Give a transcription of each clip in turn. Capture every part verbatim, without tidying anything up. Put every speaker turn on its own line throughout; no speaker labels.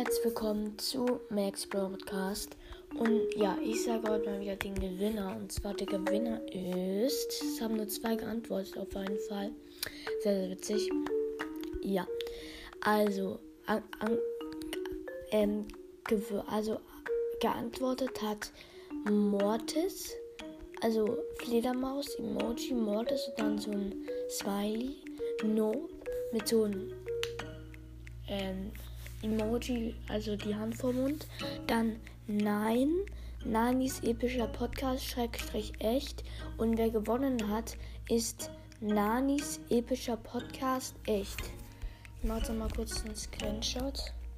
herzlich willkommen zu Max Broadcast. Und ja, ich sage heute mal wieder den Gewinner. Und zwar der Gewinner ist, es haben nur zwei geantwortet auf jeden Fall. Sehr, sehr witzig. Ja, also, an, an, ähm, gew- also geantwortet hat Mortis, also Fledermaus, Emoji, Mortis und dann so ein Smiley, No, mit so einem ähm, Emoji, also die Hand vor Mund. Dann Nein, Nanis epischer Podcast, Schrägstrich echt. Und wer gewonnen hat, ist Nanis epischer Podcast echt. Ich mache jetzt mal kurz einen Screenshot.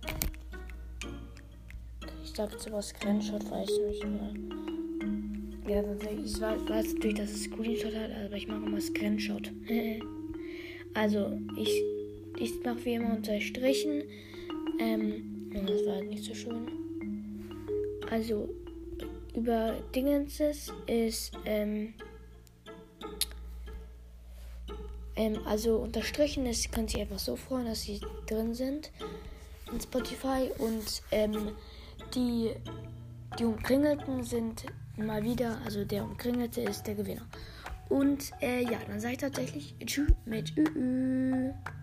Ich sage jetzt aber Screenshot, weiß ich nicht mehr. Ja, ich weiß natürlich, dass es Screenshot hat, aber ich mache mal Screenshot. Also, ich, ich mache wie immer unter Strichen. Ähm, das war halt nicht so schön. Also, über Dingenses ist, ähm, ähm, also unterstrichen ist, kann sich einfach so freuen, dass sie drin sind in Spotify. Und, ähm, die, die Umkringelten sind mal wieder, also der Umkringelte ist der Gewinner. Und, äh, ja, dann sage ich tatsächlich Tschüss mit Ü.